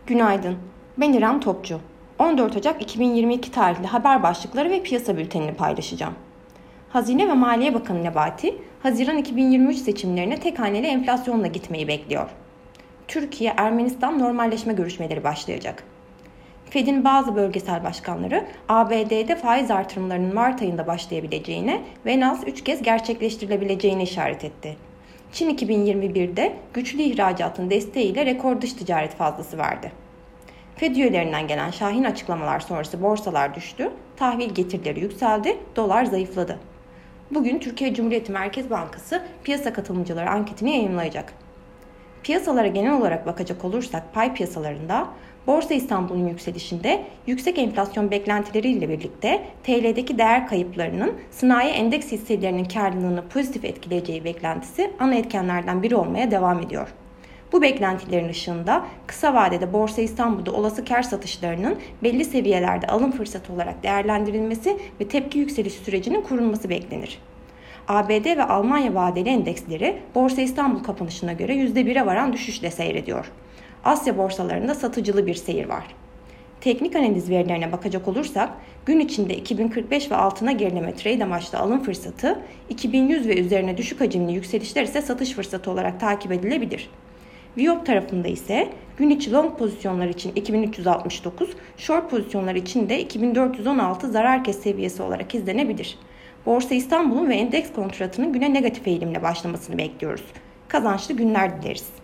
Günaydın. Ben İrem Topçu. 14 Ocak 2022 tarihli haber başlıkları ve piyasa bültenini paylaşacağım. Hazine ve Maliye Bakanı Nebati, Haziran 2023 seçimlerine tek haneli enflasyonla gitmeyi bekliyor. Türkiye-Ermenistan normalleşme görüşmeleri başlayacak. Fed'in bazı bölgesel başkanları ABD'de faiz artırımlarının Mart ayında başlayabileceğine ve en az 3 kez gerçekleştirilebileceğine işaret etti. Çin 2021'de güçlü ihracatın desteğiyle rekor dış ticaret fazlası verdi. Fed üyelerinden gelen şahin açıklamalar sonrası borsalar düştü, tahvil getirileri yükseldi, dolar zayıfladı. Bugün Türkiye Cumhuriyeti Merkez Bankası piyasa katılımcıları anketini yayımlayacak. Piyasalara genel olarak bakacak olursak pay piyasalarında Borsa İstanbul'un yükselişinde yüksek enflasyon beklentileriyle birlikte TL'deki değer kayıplarının sanayi endeks hisselerinin karlılığını pozitif etkileyeceği beklentisi ana etkenlerden biri olmaya devam ediyor. Bu beklentilerin ışığında kısa vadede Borsa İstanbul'da olası kar satışlarının belli seviyelerde alım fırsatı olarak değerlendirilmesi ve tepki yükseliş sürecinin kurulması beklenir. ABD ve Almanya vadeli endeksleri Borsa İstanbul kapanışına göre %1'e varan düşüşle seyrediyor. Asya borsalarında satıcılı bir seyir var. Teknik analiz verilerine bakacak olursak gün içinde 2045 ve altına gerileme trade amaçlı alım fırsatı, 2100 ve üzerine düşük hacimli yükselişler ise satış fırsatı olarak takip edilebilir. Viyop tarafında ise gün içi long pozisyonlar için 2369, short pozisyonlar için de 2416 zarar kes seviyesi olarak izlenebilir. Borsa İstanbul'un ve endeks kontratının güne negatif eğilimle başlamasını bekliyoruz. Kazançlı günler dileriz.